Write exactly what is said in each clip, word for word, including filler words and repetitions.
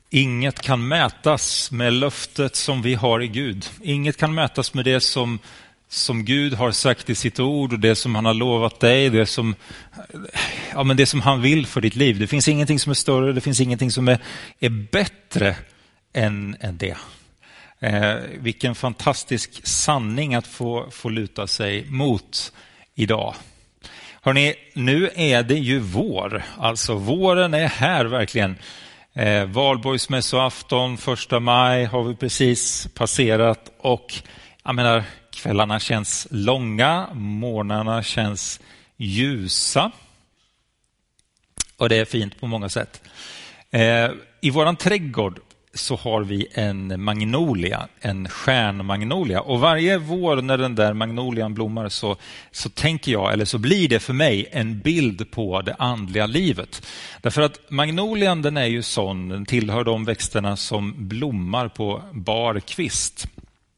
Inget kan mätas med löftet som vi har i Gud. Inget kan mätas med det som, som Gud har sagt i sitt ord och det som han har lovat dig, det som, ja, men det som han vill för ditt liv. Det finns ingenting som är större, det finns ingenting som är, är bättre än, än det. Eh, vilken fantastisk sanning att få, få luta sig mot idag. Hörrni, nu är det ju vår. Alltså våren är här verkligen. Eh, Valborgsmässoafton, första maj har vi precis passerat och jag menar, kvällarna känns långa, morgnarna känns ljusa och det är fint på många sätt. Eh, I våran trädgård så har vi en magnolia, en stjärnmagnolia. Och varje vår när den där magnolian blommar så, så tänker jag, eller så blir det för mig en bild på det andliga livet. Därför att magnolian, den är ju sån, den tillhör de växterna som blommar på bar kvist.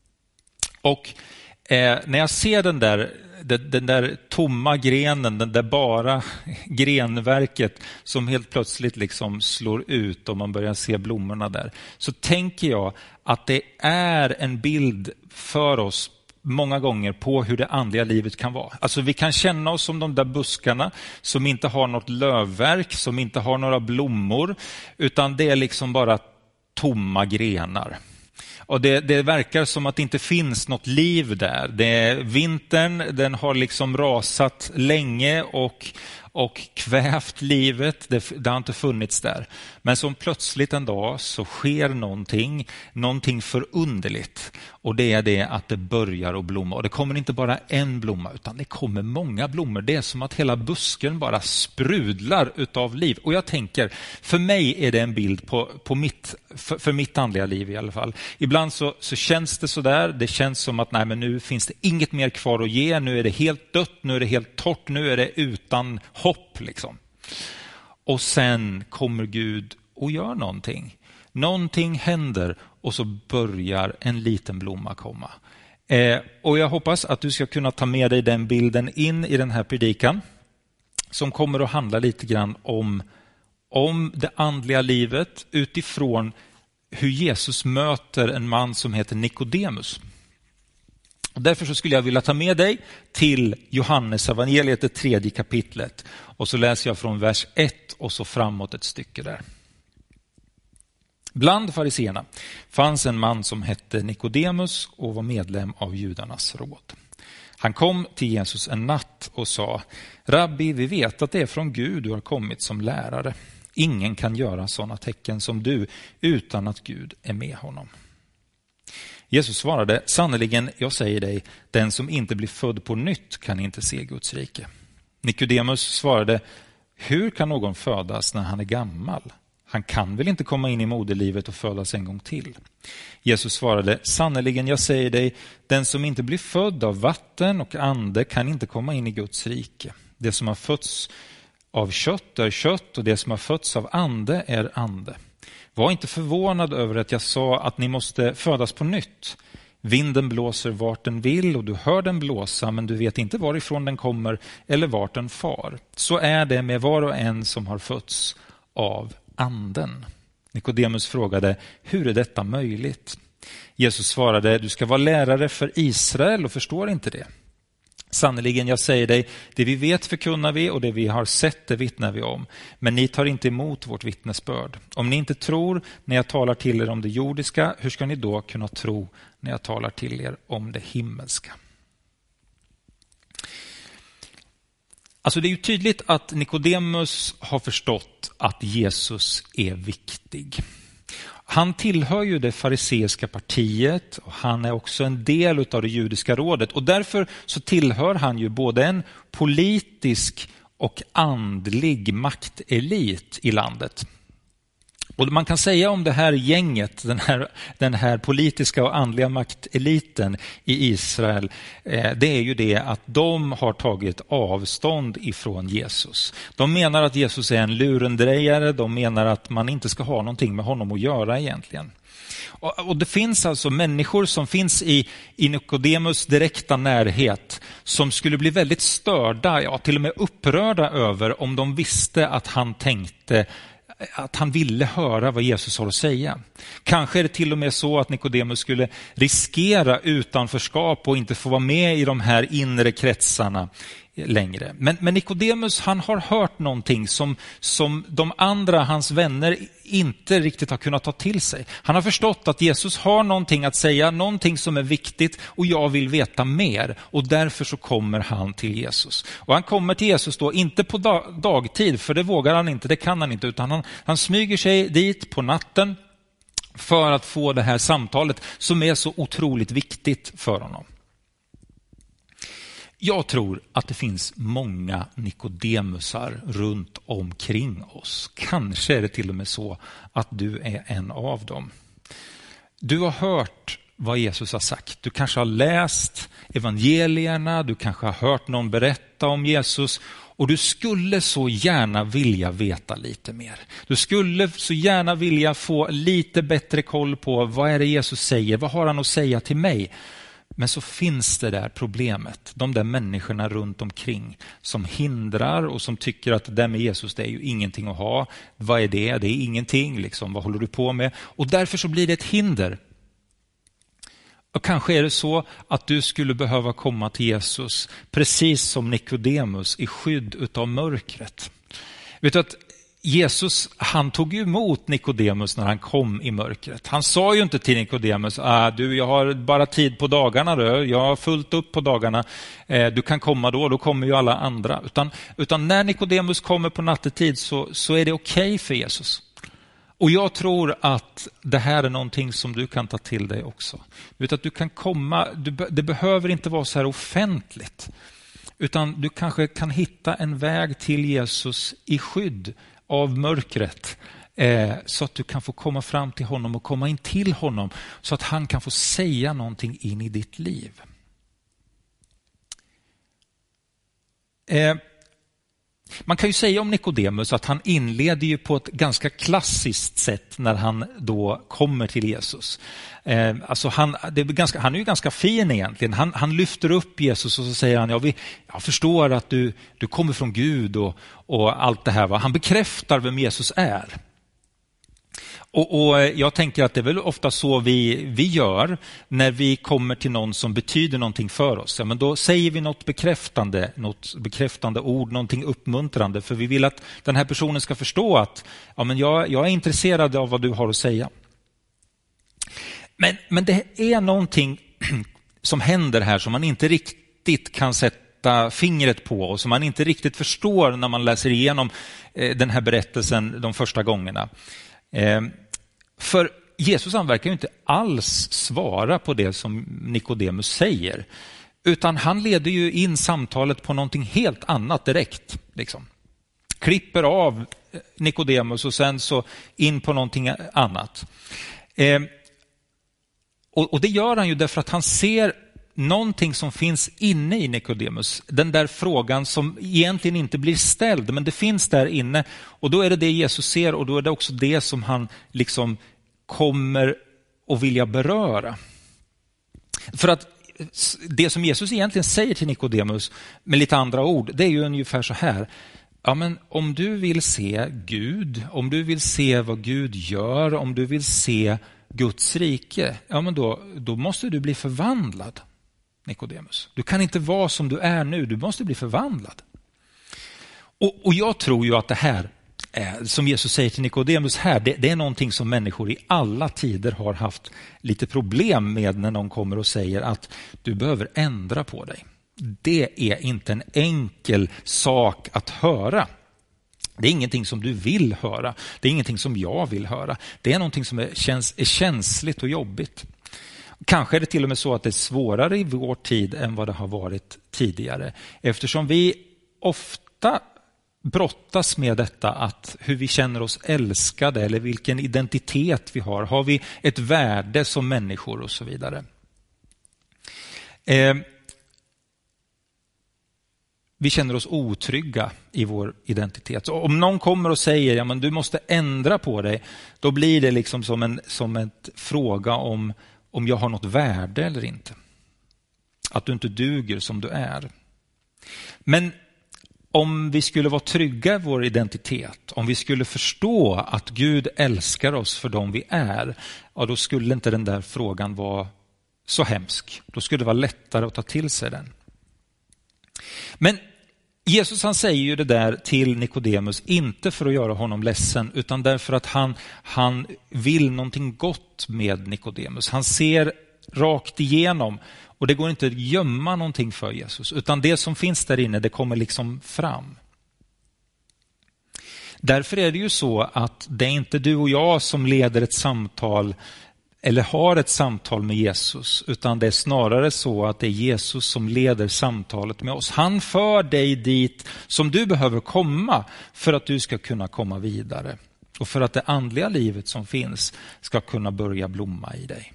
Och eh, när jag ser den där Den, den där tomma grenen, den där bara grenverket som helt plötsligt liksom slår ut och man börjar se blommorna där, så tänker jag att det är en bild för oss många gånger på hur det andliga livet kan vara. Alltså vi kan känna oss som de där buskarna som inte har något lövverk, som inte har några blommor, utan det är liksom bara tomma grenar. Och det, det verkar som att det inte finns något liv där. Det är vintern, den har liksom rasat länge och, och kvävt livet. Det, det har inte funnits där. Men som plötsligt en dag så sker någonting, någonting förunderligt. Och det är det att det börjar att blomma. Och det kommer inte bara en blomma utan det kommer många blommor. Det är som att hela busken bara sprudlar utav liv. Och jag tänker, för mig är det en bild på, på mitt, för, för mitt andliga liv i alla fall. Ibland så, så känns det så där. Det känns som att nej, men nu finns det inget mer kvar att ge. Nu är det helt dött, nu är det helt torrt, nu är det utan hopp liksom. Och sen kommer Gud och gör någonting. Någonting händer och så börjar en liten blomma komma. Eh, och jag hoppas att du ska kunna ta med dig den bilden in i den här predikan. Som kommer att handla lite grann om, om det andliga livet utifrån hur Jesus möter en man som heter Nikodemus. Och därför så skulle jag vilja ta med dig till Johannes evangeliet, det tredje kapitlet. Och så läser jag från vers ett och så framåt ett stycke där. Bland fariseerna fanns en man som hette Nikodemus och var medlem av judarnas råd. Han kom till Jesus en natt och sa: Rabbi, vi vet att det är från Gud du har kommit som lärare. Ingen kan göra sådana tecken som du utan att Gud är med honom. Jesus svarade: Sannoliken, jag säger dig, den som inte blir född på nytt kan inte se Guds rike. Nikodemus svarade: Hur kan någon födas när han är gammal? Han kan väl inte komma in i moderlivet och födas en gång till? Jesus svarade: Sannoliken, jag säger dig, den som inte blir född av vatten och ande kan inte komma in i Guds rike. Det som har fötts av kött är kött och det som har fötts av ande är ande. Var inte förvånad över att jag sa att ni måste födas på nytt. Vinden blåser vart den vill och du hör den blåsa, men du vet inte varifrån den kommer eller vart den far. Så är det med var och en som har fötts av anden. Nikodemus frågade: Hur är detta möjligt? Jesus svarade: Du ska vara lärare för Israel och förstår inte det. Sannoliken, jag säger dig, det vi vet förkunnar vi och det vi har sett det vittnar vi om. Men ni tar inte emot vårt vittnesbörd. Om ni inte tror när jag talar till er om det jordiska, hur ska ni då kunna tro när jag talar till er om det himmelska? Alltså det är ju tydligt att Nikodemus har förstått att Jesus är viktig. Han tillhör ju det fariseiska partiet och han är också en del av det judiska rådet. Och därför så tillhör han ju både en politisk och andlig maktelit i landet. Och man kan säga om det här gänget, den här, den här politiska och andliga makteliten i Israel, eh, det är ju det att de har tagit avstånd ifrån Jesus. De menar att Jesus är en lurendrejare, de menar att man inte ska ha någonting med honom att göra egentligen. Och, och det finns alltså människor som finns i, i Nikodemus direkta närhet som skulle bli väldigt störda, ja till och med upprörda över om de visste att han tänkte att han ville höra vad Jesus har att säga. Kanske är det till och med så att Nikodemus skulle riskera utanförskap och inte få vara med i de här inre kretsarna längre. Men, men Nikodemus, han har hört någonting som, som de andra, hans vänner, inte riktigt har kunnat ta till sig. Han har förstått att Jesus har någonting att säga, någonting som är viktigt, och jag vill veta mer. Och därför så kommer han till Jesus. Och han kommer till Jesus då inte på dag, dagtid, för det vågar han inte, det kan han inte, utan han, han smyger sig dit på natten för att få det här samtalet som är så otroligt viktigt för honom. Jag tror att det finns många Nikodemusar runt omkring oss. Kanske är det till och med så att du är en av dem. Du har hört vad Jesus har sagt. Du kanske har läst evangelierna, du kanske har hört någon berätta om Jesus, och du skulle så gärna vilja veta lite mer. Du skulle så gärna vilja få lite bättre koll på vad är det Jesus säger, vad har han att säga till mig? Men så finns det där problemet, de där människorna runt omkring som hindrar och som tycker att det där med Jesus, det är ju ingenting att ha. Vad är det? Det är ingenting, liksom. Vad håller du på med? Och därför så blir det ett hinder. Och kanske är det så att du skulle behöva komma till Jesus precis som Nikodemus i skydd utav mörkret. Vet du att Jesus, han tog emot Nikodemus när han kom i mörkret. Han sa ju inte till Nikodemus, ah, du, jag har bara tid på dagarna, då. Jag har fullt upp på dagarna, eh, du kan komma då, då kommer ju alla andra. Utan, utan när Nikodemus kommer på nattetid så, så är det okej okay för Jesus. Och jag tror att det här är någonting som du kan ta till dig också. Vet att du kan komma, du, det behöver inte vara så här offentligt. Utan du kanske kan hitta en väg till Jesus i skydd av mörkret. Eh, så att du kan få komma fram till honom och komma in till honom. Så att han kan få säga någonting in i ditt liv. Eh, Man kan ju säga om Nikodemus att han inleder ju på ett ganska klassiskt sätt när han då kommer till Jesus. Eh, alltså han, det är ganska, han är ju ganska fin egentligen. Han, han lyfter upp Jesus och så säger han, ja, vi, jag förstår att du, du kommer från Gud och, och allt det här. Va? Han bekräftar vem Jesus är. Och, och jag tänker att det är väl ofta så vi, vi gör när vi kommer till någon som betyder någonting för oss. Ja, men då säger vi något bekräftande, något bekräftande ord, någonting uppmuntrande. För vi vill att den här personen ska förstå att ja, men jag, jag är intresserad av vad du har att säga. Men, men det är någonting som händer här som man inte riktigt kan sätta fingret på och som man inte riktigt förstår när man läser igenom eh, den här berättelsen de första gångerna. Eh, för Jesus han verkar ju inte alls svara på det som Nikodemus säger, utan han leder ju in samtalet på någonting helt annat direkt. Liksom. Klipper av Nikodemus och sen så in på någonting annat. Eh, och, och det gör han ju därför att han ser någonting som finns inne i Nikodemus. Den där frågan som egentligen inte blir ställd, men det finns där inne. Och då är det det Jesus ser, och då är det också det som han liksom kommer att vilja beröra. För att det som Jesus egentligen säger till Nikodemus med lite andra ord, det är ju ungefär så här. Ja, men om du vill se Gud, om du vill se vad Gud gör, om du vill se Guds rike, ja, men då, då måste du bli förvandlad. Nikodemus. Du kan inte vara som du är nu, du måste bli förvandlad. Och, och jag tror ju att det här, eh, som Jesus säger till Nikodemus här, det, det är någonting som människor i alla tider har haft lite problem med när någon kommer och säger att du behöver ändra på dig. Det är inte en enkel sak att höra. Det är ingenting som du vill höra. Det är ingenting som jag vill höra. Det är någonting som är, känns, är känsligt och jobbigt. Kanske är det till och med så att det är svårare i vår tid än vad det har varit tidigare. Eftersom vi ofta brottas med detta att hur vi känner oss älskade eller vilken identitet vi har. Har vi ett värde som människor och så vidare. Eh, vi känner oss otrygga i vår identitet. Så om någon kommer och säger ja, men du måste ändra på dig, då blir det liksom som en, som en fråga om om jag har något värde eller inte. Att du inte duger som du är. Men om vi skulle vara trygga i vår identitet, om vi skulle förstå att Gud älskar oss för dem vi är, ja, då skulle inte den där frågan vara så hemsk. Då skulle det vara lättare att ta till sig den. Men Jesus han säger ju det där till Nikodemus inte för att göra honom ledsen, utan därför att han, han vill någonting gott med Nikodemus. Han ser rakt igenom och det går inte att gömma någonting för Jesus, utan det som finns där inne, det kommer liksom fram. Därför är det ju så att det är inte du och jag som leder ett samtal eller har ett samtal med Jesus, utan det är snarare så att det är Jesus som leder samtalet med oss. Han för dig dit som du behöver komma för att du ska kunna komma vidare och för att det andliga livet som finns ska kunna börja blomma i dig.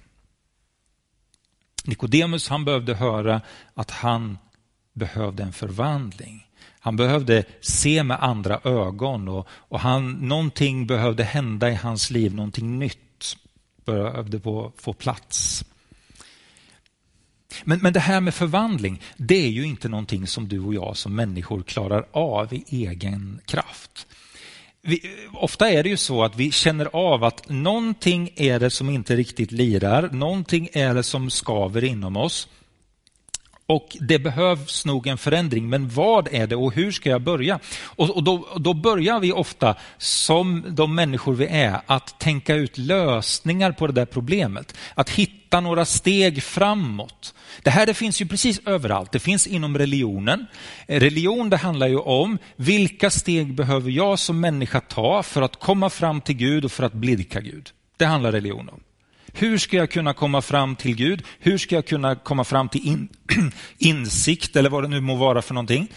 Nikodemus han behövde höra att han behövde en förvandling. Han behövde se med andra ögon och, och han, någonting behövde hända i hans liv, någonting nytt behövde få, få plats. Men, men det här med förvandling, det är ju inte någonting som du och jag som människor klarar av i egen kraft. Vi, ofta är det ju så att vi känner av att någonting är det som inte riktigt lirar, någonting är det som skaver inom oss. Och det behövs nog en förändring, men vad är det och hur ska jag börja? Och, och då, då börjar vi ofta som de människor vi är att tänka ut lösningar på det där problemet. Att hitta några steg framåt. Det här det finns ju precis överallt. Det finns inom religionen. Religion det handlar ju om vilka steg behöver jag som människa ta för att komma fram till Gud och för att blidka Gud. Det handlar religion om. Hur ska jag kunna komma fram till Gud? Hur ska jag kunna komma fram till in, insikt eller vad det nu må vara för någonting?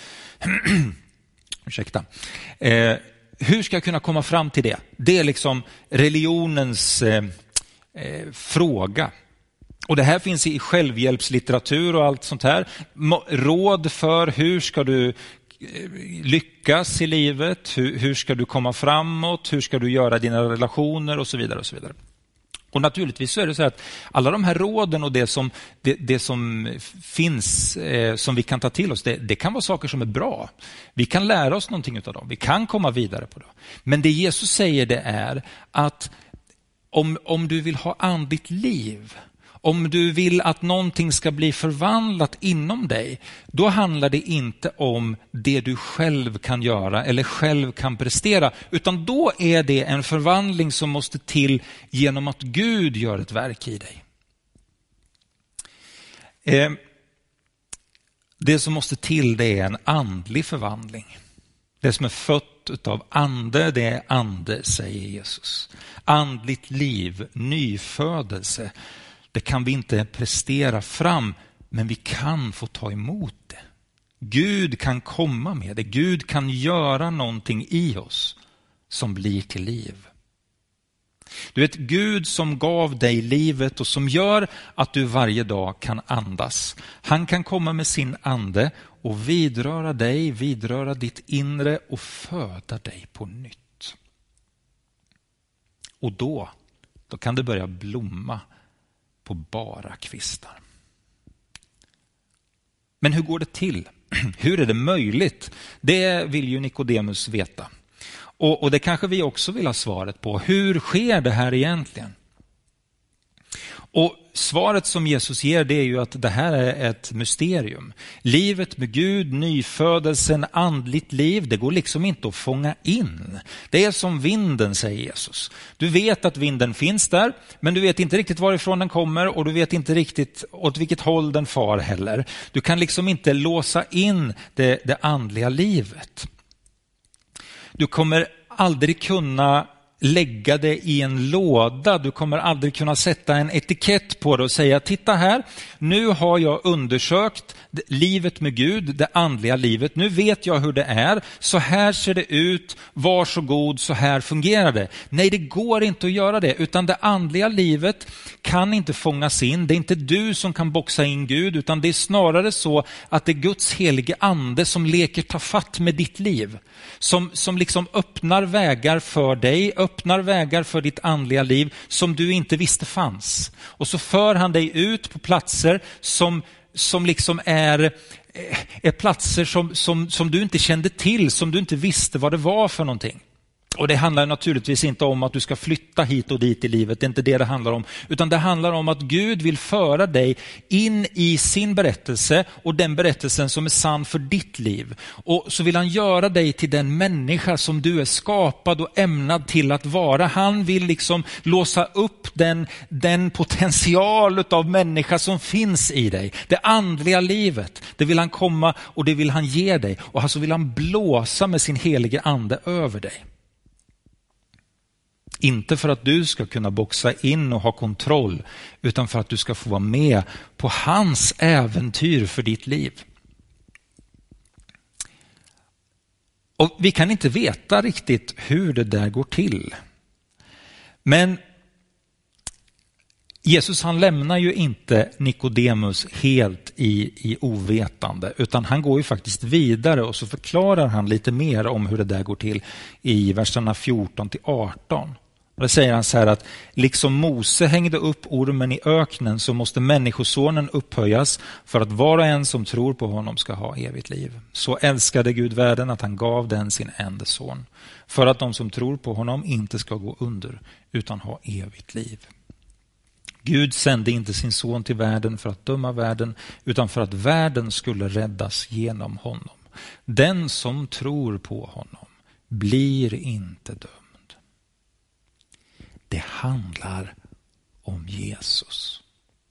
Ursäkta. Eh, hur ska jag kunna komma fram till det? Det är liksom religionens eh, eh, fråga. Och det här finns i självhjälpslitteratur och allt sånt här. Råd för hur ska du lyckas i livet? Hur, hur ska du komma framåt? Hur ska du göra dina relationer och så vidare och så vidare. Och naturligtvis så är det så att alla de här råden och det som, det, det som finns eh, som vi kan ta till oss, det, det kan vara saker som är bra. Vi kan lära oss någonting av dem. Vi kan komma vidare på det. Men det Jesus säger det är att om, om du vill ha andligt liv, om du vill att någonting ska bli förvandlat inom dig, då handlar det inte om det du själv kan göra eller själv kan prestera, utan då är det en förvandling som måste till genom att Gud gör ett verk i dig. Eh, det som måste till det är en andlig förvandling. Det som är fött av ande, det är ande, säger Jesus. Andligt liv, nyfödelse. Det kan vi inte prestera fram, men vi kan få ta emot det. Gud kan komma med det. Gud kan göra någonting i oss som blir till liv. Du vet, Gud som gav dig livet och som gör att du varje dag kan andas. Han kan komma med sin ande och vidröra dig, vidröra ditt inre och föda dig på nytt. Och då, då kan det börja blomma på bara kvistar. Men hur går det till? Hur är det möjligt? Det vill ju Nikodemus veta. Och, och det kanske vi också vill ha svaret på. Hur sker det här egentligen? Och svaret som Jesus ger, det är ju att det här är ett mysterium. Livet med Gud, nyfödelsen, andligt liv, det går liksom inte att fånga in. Det är som vinden, säger Jesus. Du vet att vinden finns där, men du vet inte riktigt varifrån den kommer och du vet inte riktigt åt vilket håll den far heller. Du kan liksom inte låsa in det, det andliga livet. Du kommer aldrig kunna lägga det i en låda. Du kommer aldrig kunna sätta en etikett på det och säga, titta här, nu har jag undersökt livet med Gud, det andliga livet. Nu vet jag hur det är. Så här ser det ut. Varsågod, så här fungerar det. Nej, det går inte att göra det. Utan det andliga livet kan inte fångas in. Det är inte du som kan boxa in Gud, utan det är snarare så att det är Guds helige ande som leker ta fatt med ditt liv. Som, som liksom öppnar vägar för dig, öppnar vägar för ditt andliga liv som du inte visste fanns. Och så för han dig ut på platser som som liksom är är platser som, som, som du inte kände till, som du inte visste vad det var för någonting. Och det handlar naturligtvis inte om att du ska flytta hit och dit i livet. Det är inte det det handlar om. Utan det handlar om att Gud vill föra dig in i sin berättelse och den berättelsen som är sann för ditt liv. Och så vill han göra dig till den människa som du är skapad och ämnad till att vara. Han vill liksom låsa upp den, den potential av människa som finns i dig. Det andliga livet. Det vill han komma och det vill han ge dig. Och så vill han blåsa med sin helige ande över dig. Inte för att du ska kunna boxa in och ha kontroll, utan för att du ska få vara med på hans äventyr för ditt liv. Och vi kan inte veta riktigt hur det där går till. Men Jesus, han lämnar ju inte Nikodemus helt i, i ovetande, utan han går ju faktiskt vidare och så förklarar han lite mer om hur det där går till i verserna fjorton till arton. Och då säger han så här att liksom Mose hängde upp ormen i öknen, så måste människosonen upphöjas för att var och en som tror på honom ska ha evigt liv. Så älskade Gud världen att han gav den sin enda son, för att de som tror på honom inte ska gå under utan ha evigt liv. Gud sände inte sin son till världen för att döma världen, utan för att världen skulle räddas genom honom. Den som tror på honom blir inte dömd. Det handlar om Jesus.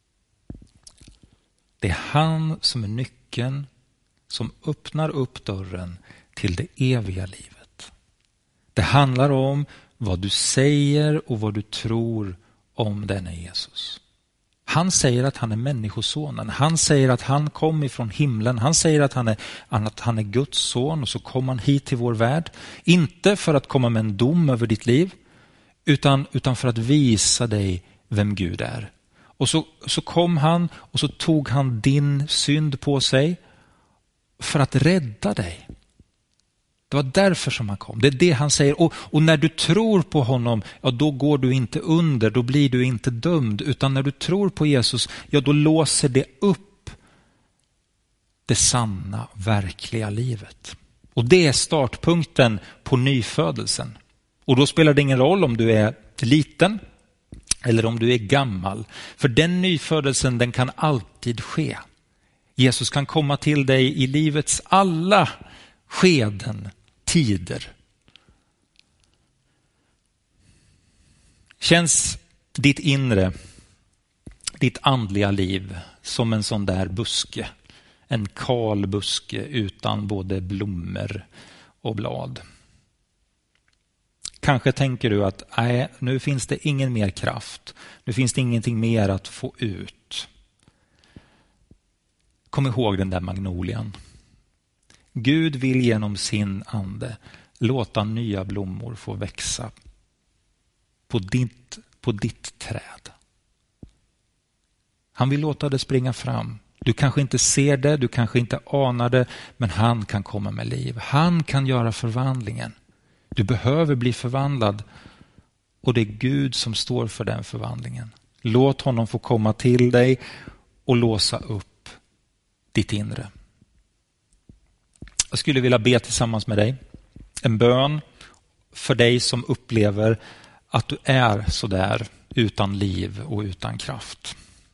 Det är han som är nyckeln som öppnar upp dörren till det eviga livet. Det handlar om vad du säger och vad du tror om denna Jesus. Han säger att han är människosonen. Han säger att han kom ifrån himlen. Han säger att han är, att han är Guds son, och så kom han hit till vår värld. Inte för att komma med en dom över ditt liv, utan, utan för att visa dig vem Gud är. Och så, så kom han och så tog han din synd på sig för att rädda dig. Det var därför som han kom. Det är det han säger. Och, och när du tror på honom, ja, då går du inte under. Då blir du inte dömd. Utan när du tror på Jesus, ja, då låser det upp det sanna, verkliga livet. Och det är startpunkten på nyfödelsen. Och då spelar det ingen roll om du är liten eller om du är gammal. För den nyfödelsen, den kan alltid ske. Jesus kan komma till dig i livets alla skeden, tider. Känns ditt inre, ditt andliga liv som en sån där buske. En kal buske utan både blommor och blad. Kanske tänker du att nej, nu finns det ingen mer kraft. Nu finns det ingenting mer att få ut. Kom ihåg den där magnolian. Gud vill genom sin ande låta nya blommor få växa på ditt, på ditt träd. Han vill låta det springa fram. Du kanske inte ser det, du kanske inte anar det, men han kan komma med liv. Han kan göra förvandlingen. Du behöver bli förvandlad, och det är Gud som står för den förvandlingen. Låt honom få komma till dig och låsa upp ditt inre. Jag skulle vilja be tillsammans med dig en bön för dig som upplever att du är så där utan liv och utan kraft.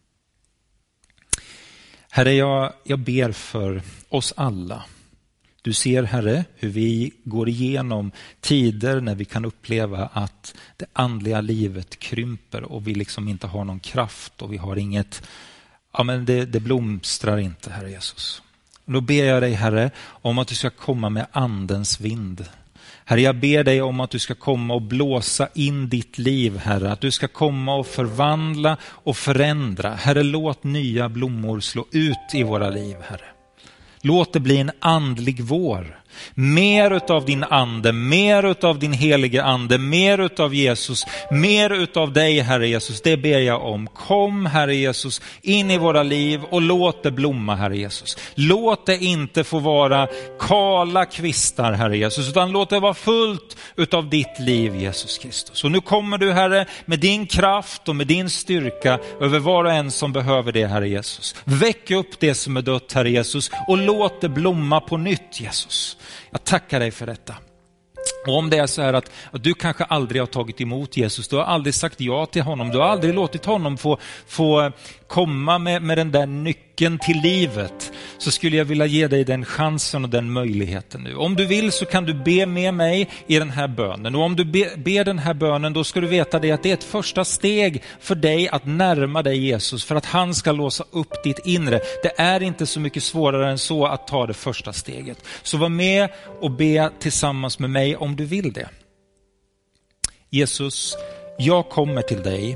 Herre, jag, jag ber för oss alla. Du ser, Herre, hur vi går igenom tider när vi kan uppleva att det andliga livet krymper och vi liksom inte har någon kraft och vi har inget, ja men det, det blomstrar inte, Herre Jesus. Och då ber jag dig, Herre, om att du ska komma med andens vind. Herre, jag ber dig om att du ska komma och blåsa in ditt liv, Herre. Att du ska komma och förvandla och förändra. Herre, låt nya blommor slå ut i våra liv, Herre. Låt det bli en andlig vår. Mer utav din ande, mer utav din helige ande, mer utav Jesus, mer utav dig, Herre Jesus. Det ber jag om. Kom, Herre Jesus, in i våra liv och låt det blomma, Herre Jesus. Låt det inte få vara kala kvistar, Herre Jesus, utan låt det vara fullt utav ditt liv, Jesus Kristus. Och nu kommer du, Herre, med din kraft och med din styrka över var och en som behöver det, Herre Jesus. Väck upp det som är dött, Herre Jesus, och låt det blomma på nytt, Jesus. Jag tackar dig för detta. Och om det är så här att, att du kanske aldrig har tagit emot Jesus, du har aldrig sagt ja till honom, du har aldrig låtit honom få, få komma med, med den där nyckeln till livet, så skulle jag vilja ge dig den chansen och den möjligheten nu. Om du vill så kan du be med mig i den här bönen. Och om du ber be den här bönen, då ska du veta det att det är ett första steg för dig att närma dig Jesus, för att han ska låsa upp ditt inre. Det är inte så mycket svårare än så att ta det första steget. Så var med och be tillsammans med mig om du vill det. Jesus, jag kommer till dig.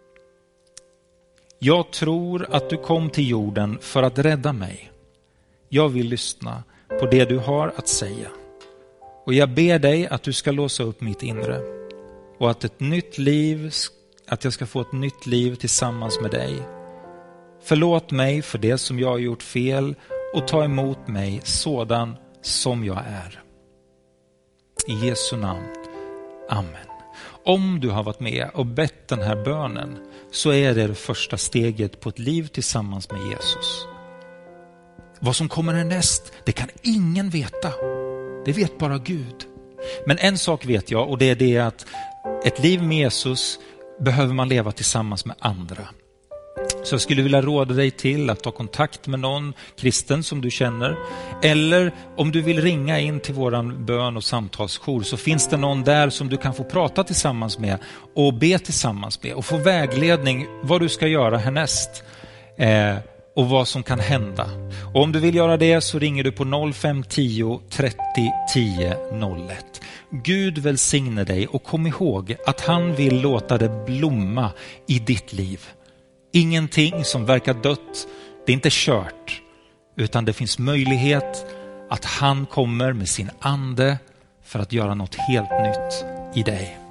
Jag tror att du kom till jorden för att rädda mig. Jag vill lyssna på det du har att säga. Och jag ber dig att du ska låsa upp mitt inre. Och att ett nytt liv, att jag ska få ett nytt liv tillsammans med dig. Förlåt mig för det som jag har gjort fel och ta emot mig sådan som jag är. I Jesu namn. Amen. Om du har varit med och bett den här bönen, så är det det första steget på ett liv tillsammans med Jesus. Vad som kommer härnäst, det kan ingen veta. Det vet bara Gud. Men en sak vet jag, och det är det att ett liv med Jesus behöver man leva tillsammans med andra. Så jag skulle vilja råda dig till att ta kontakt med någon kristen som du känner. Eller om du vill ringa in till våran bön- och samtalsjour, så finns det någon där som du kan få prata tillsammans med och be tillsammans med. Och få vägledning vad du ska göra härnäst eh, och vad som kan hända. Och om du vill göra det så ringer du på noll fem tio trettio tio noll ett. Gud välsigne dig och kom ihåg att han vill låta det blomma i ditt liv. Ingenting som verkar dött, det är inte kört, utan det finns möjlighet att han kommer med sin ande för att göra något helt nytt i dig.